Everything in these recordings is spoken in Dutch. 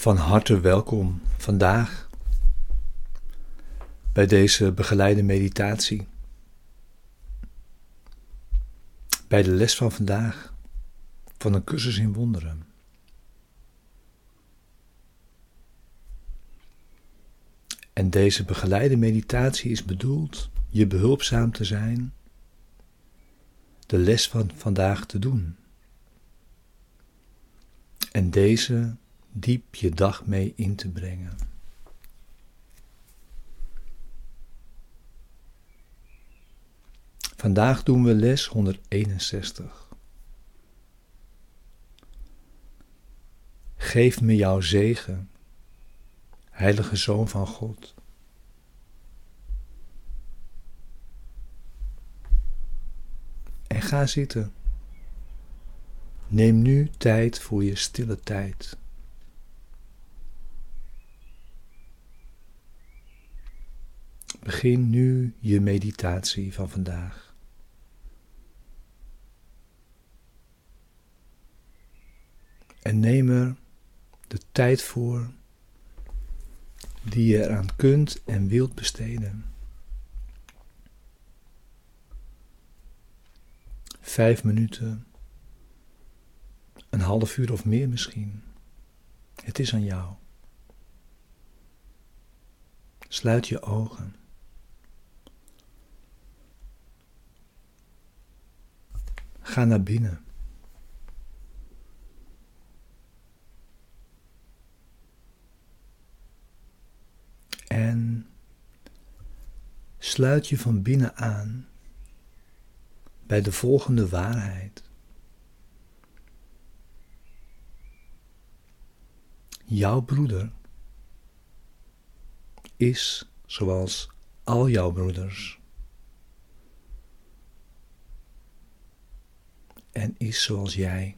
Van harte welkom vandaag bij deze begeleide meditatie. Bij de les van vandaag van een cursus in wonderen. En deze begeleide meditatie is bedoeld je behulpzaam te zijn, de les van vandaag te doen. En deze diep je dag mee in te brengen. Vandaag doen we les 161. Geef me jouw zegen, Heilige Zoon van God. En ga zitten. Neem nu tijd voor je stille tijd. Begin nu je meditatie van vandaag. En neem er de tijd voor die je eraan kunt en wilt besteden. 5 minuten, een half uur of meer misschien. Het is aan jou. Sluit je ogen. Ga naar binnen. En sluit je van binnen aan bij de volgende waarheid. Jouw broeder is zoals al jouw broeders. En is zoals jij.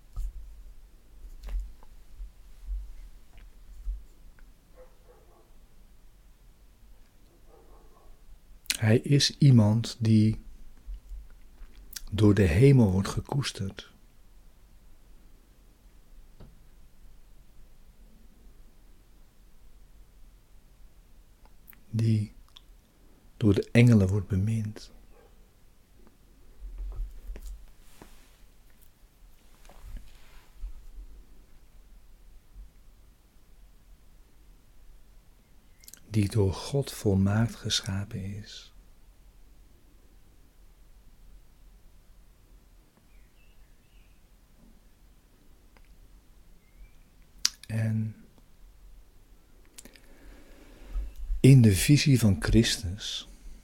Hij is iemand die door de hemel wordt gekoesterd. Die door de engelen wordt bemind. Die door God volmaakt geschapen is. En in de visie van Christus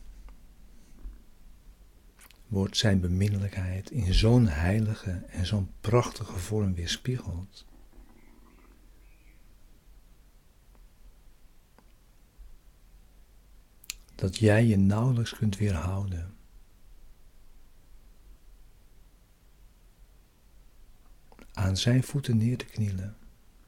wordt zijn beminnelijkheid in zo'n heilige en zo'n prachtige vorm weerspiegeld. Dat jij je nauwelijks kunt weerhouden. Aan zijn voeten neer te knielen.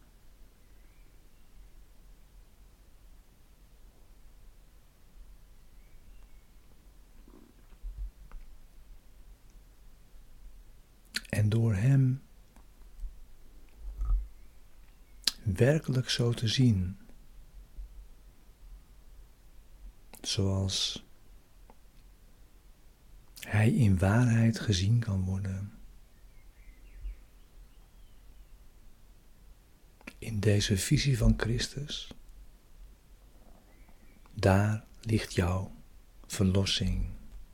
En door hem werkelijk zo te zien, zoals hij in waarheid gezien kan worden. In deze visie van Christus, daar ligt jouw verlossing.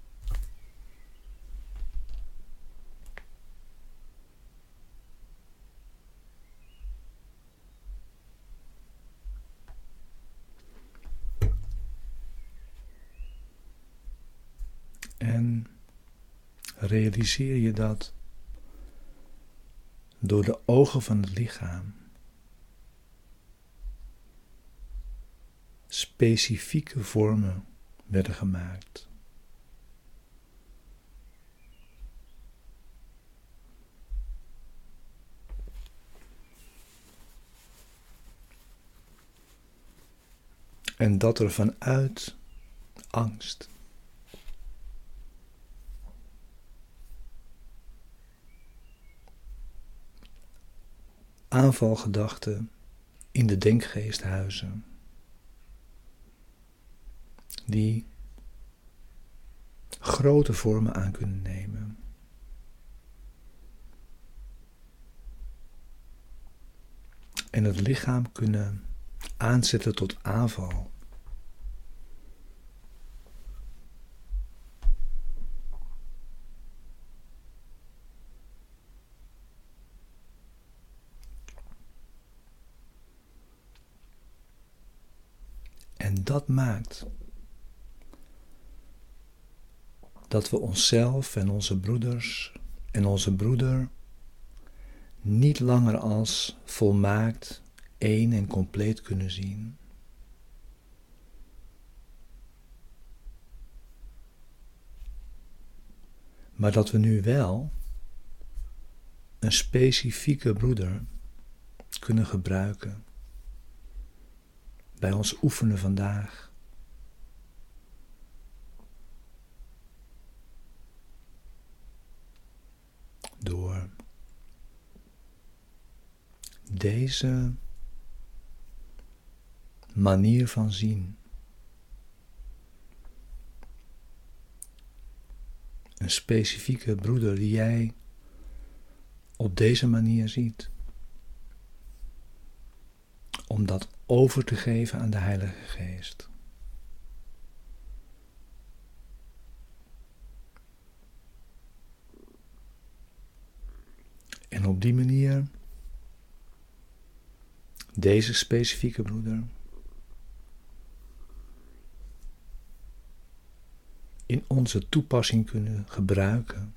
En realiseer je dat door de ogen van het lichaam specifieke vormen werden gemaakt. En dat er vanuit angst aanvalgedachten in de denkgeest huizen, die grote vormen aan kunnen nemen. En het lichaam kunnen aanzetten tot aanval. En dat maakt dat we onszelf en onze broeders en onze broeder niet langer als volmaakt, één en compleet kunnen zien. Maar dat we nu wel een specifieke broeder kunnen gebruiken bij ons oefenen vandaag. Door deze manier van zien, een specifieke broeder die jij op deze manier ziet, om dat over te geven aan de Heilige Geest. En op die manier deze specifieke broeder in onze toepassing kunnen gebruiken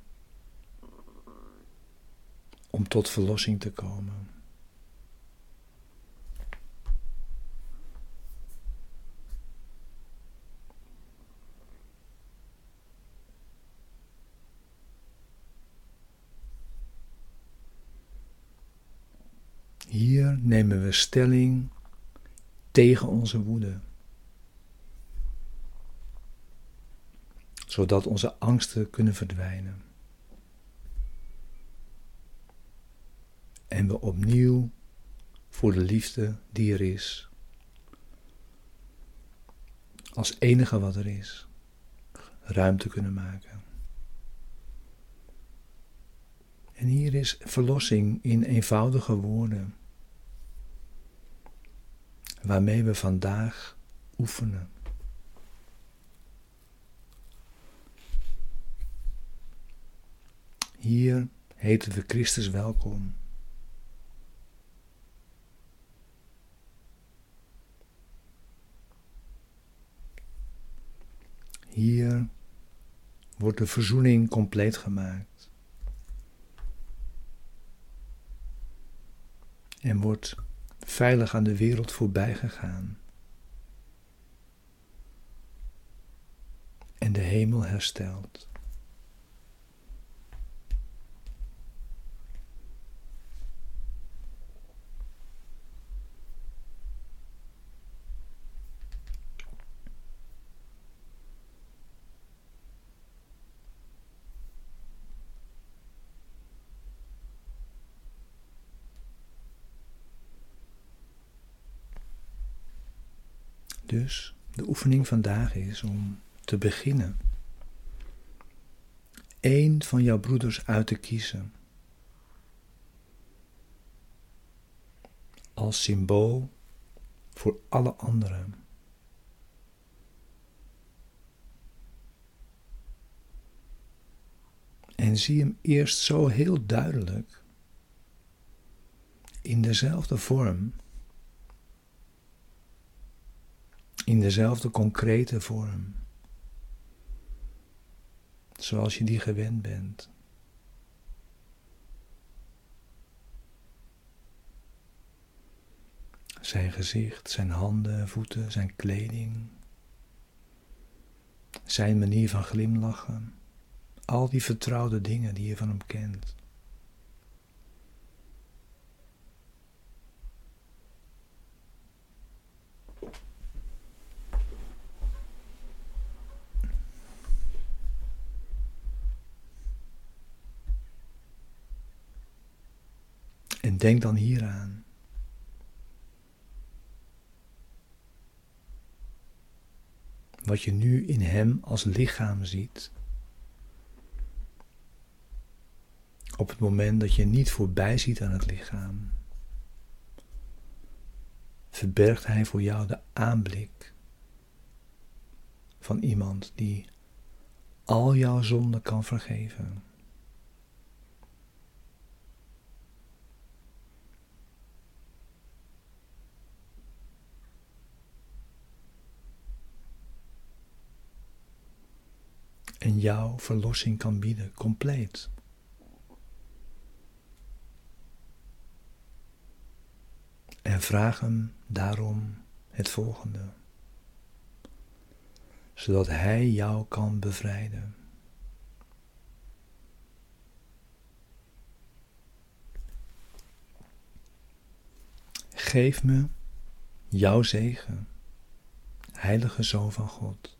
om tot verlossing te komen. Hier nemen we stelling tegen onze woede, zodat onze angsten kunnen verdwijnen. En we opnieuw voor de liefde die er is, als enige wat er is, ruimte kunnen maken. En hier is verlossing in eenvoudige woorden, waarmee we vandaag oefenen. Hier heten we Christus welkom. Hier wordt de verzoening compleet gemaakt. En wordt veilig aan de wereld voorbij gegaan. En de hemel hersteld. Dus de oefening vandaag is om te beginnen één van jouw broeders uit te kiezen als symbool voor alle anderen. En zie hem eerst zo heel duidelijk in dezelfde vorm, in dezelfde concrete vorm, zoals je die gewend bent. Zijn gezicht, zijn handen, voeten, zijn kleding, zijn manier van glimlachen, al die vertrouwde dingen die je van hem kent. En denk dan hieraan. wat je nu in hem als lichaam ziet, op het moment dat je niet voorbij ziet aan het lichaam, verbergt hij voor jou de aanblik van iemand die al jouw zonden kan vergeven. En jouw verlossing kan bieden, compleet. En vraag hem daarom het volgende, zodat hij jou kan bevrijden. Geef me jouw zegen, heilige Zoon van God.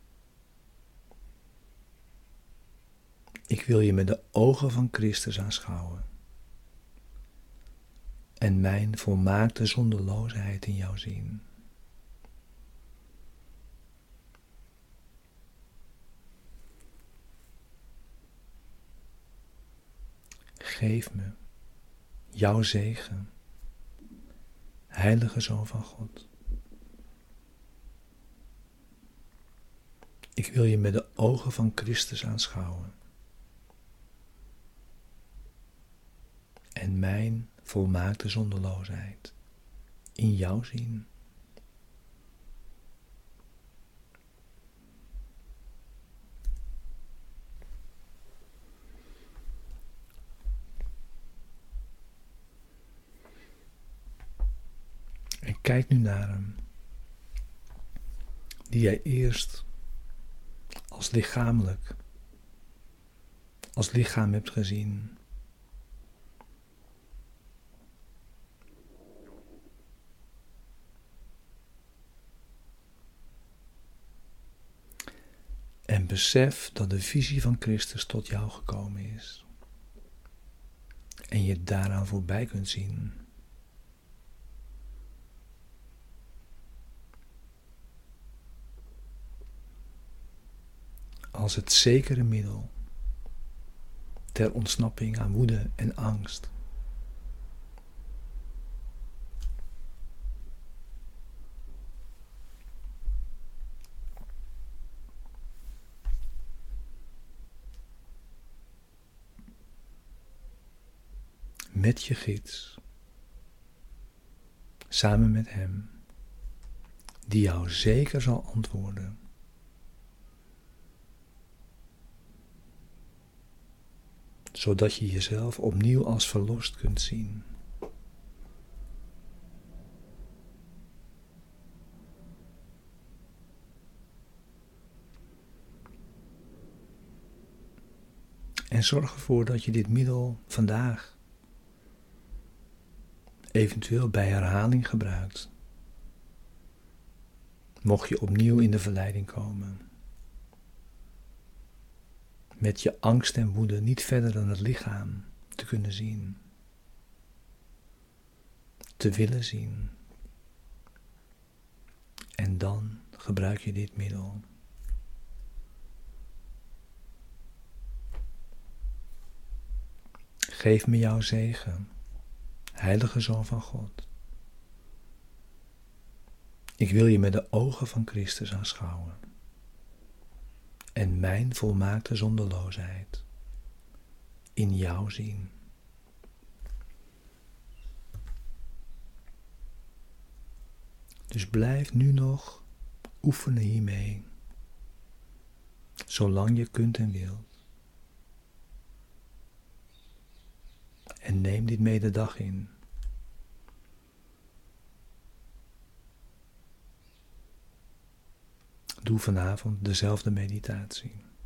Ik wil je met de ogen van Christus aanschouwen en mijn volmaakte zonderloosheid in jou zien. Geef me jouw zegen, heilige Zoon van God. Ik wil je met de ogen van Christus aanschouwen en mijn volmaakte zonderloosheid in jou zien. En kijk nu naar hem, die jij eerst als lichamelijk, als lichaam hebt gezien. En besef dat de visie van Christus tot jou gekomen is. En je daaraan voorbij kunt zien. Als het zekere middel ter ontsnapping aan woede en angst. Met je gids, samen met hem, die jou zeker zal antwoorden. Zodat je jezelf opnieuw als verlost kunt zien. En zorg ervoor dat je dit middel vandaag eventueel bij herhaling gebruikt. Mocht je opnieuw in de verleiding komen. Met je angst en woede niet verder dan het lichaam te kunnen zien. Te willen zien. En dan gebruik je dit middel. Geef me jouw zegen, heilige Zoon van God. Ik wil je met de ogen van Christus aanschouwen en mijn volmaakte zonderloosheid in jou zien. Dus blijf nu nog oefenen hiermee, zolang je kunt en wilt. En neem dit mee de dag in. Doe vanavond dezelfde meditatie.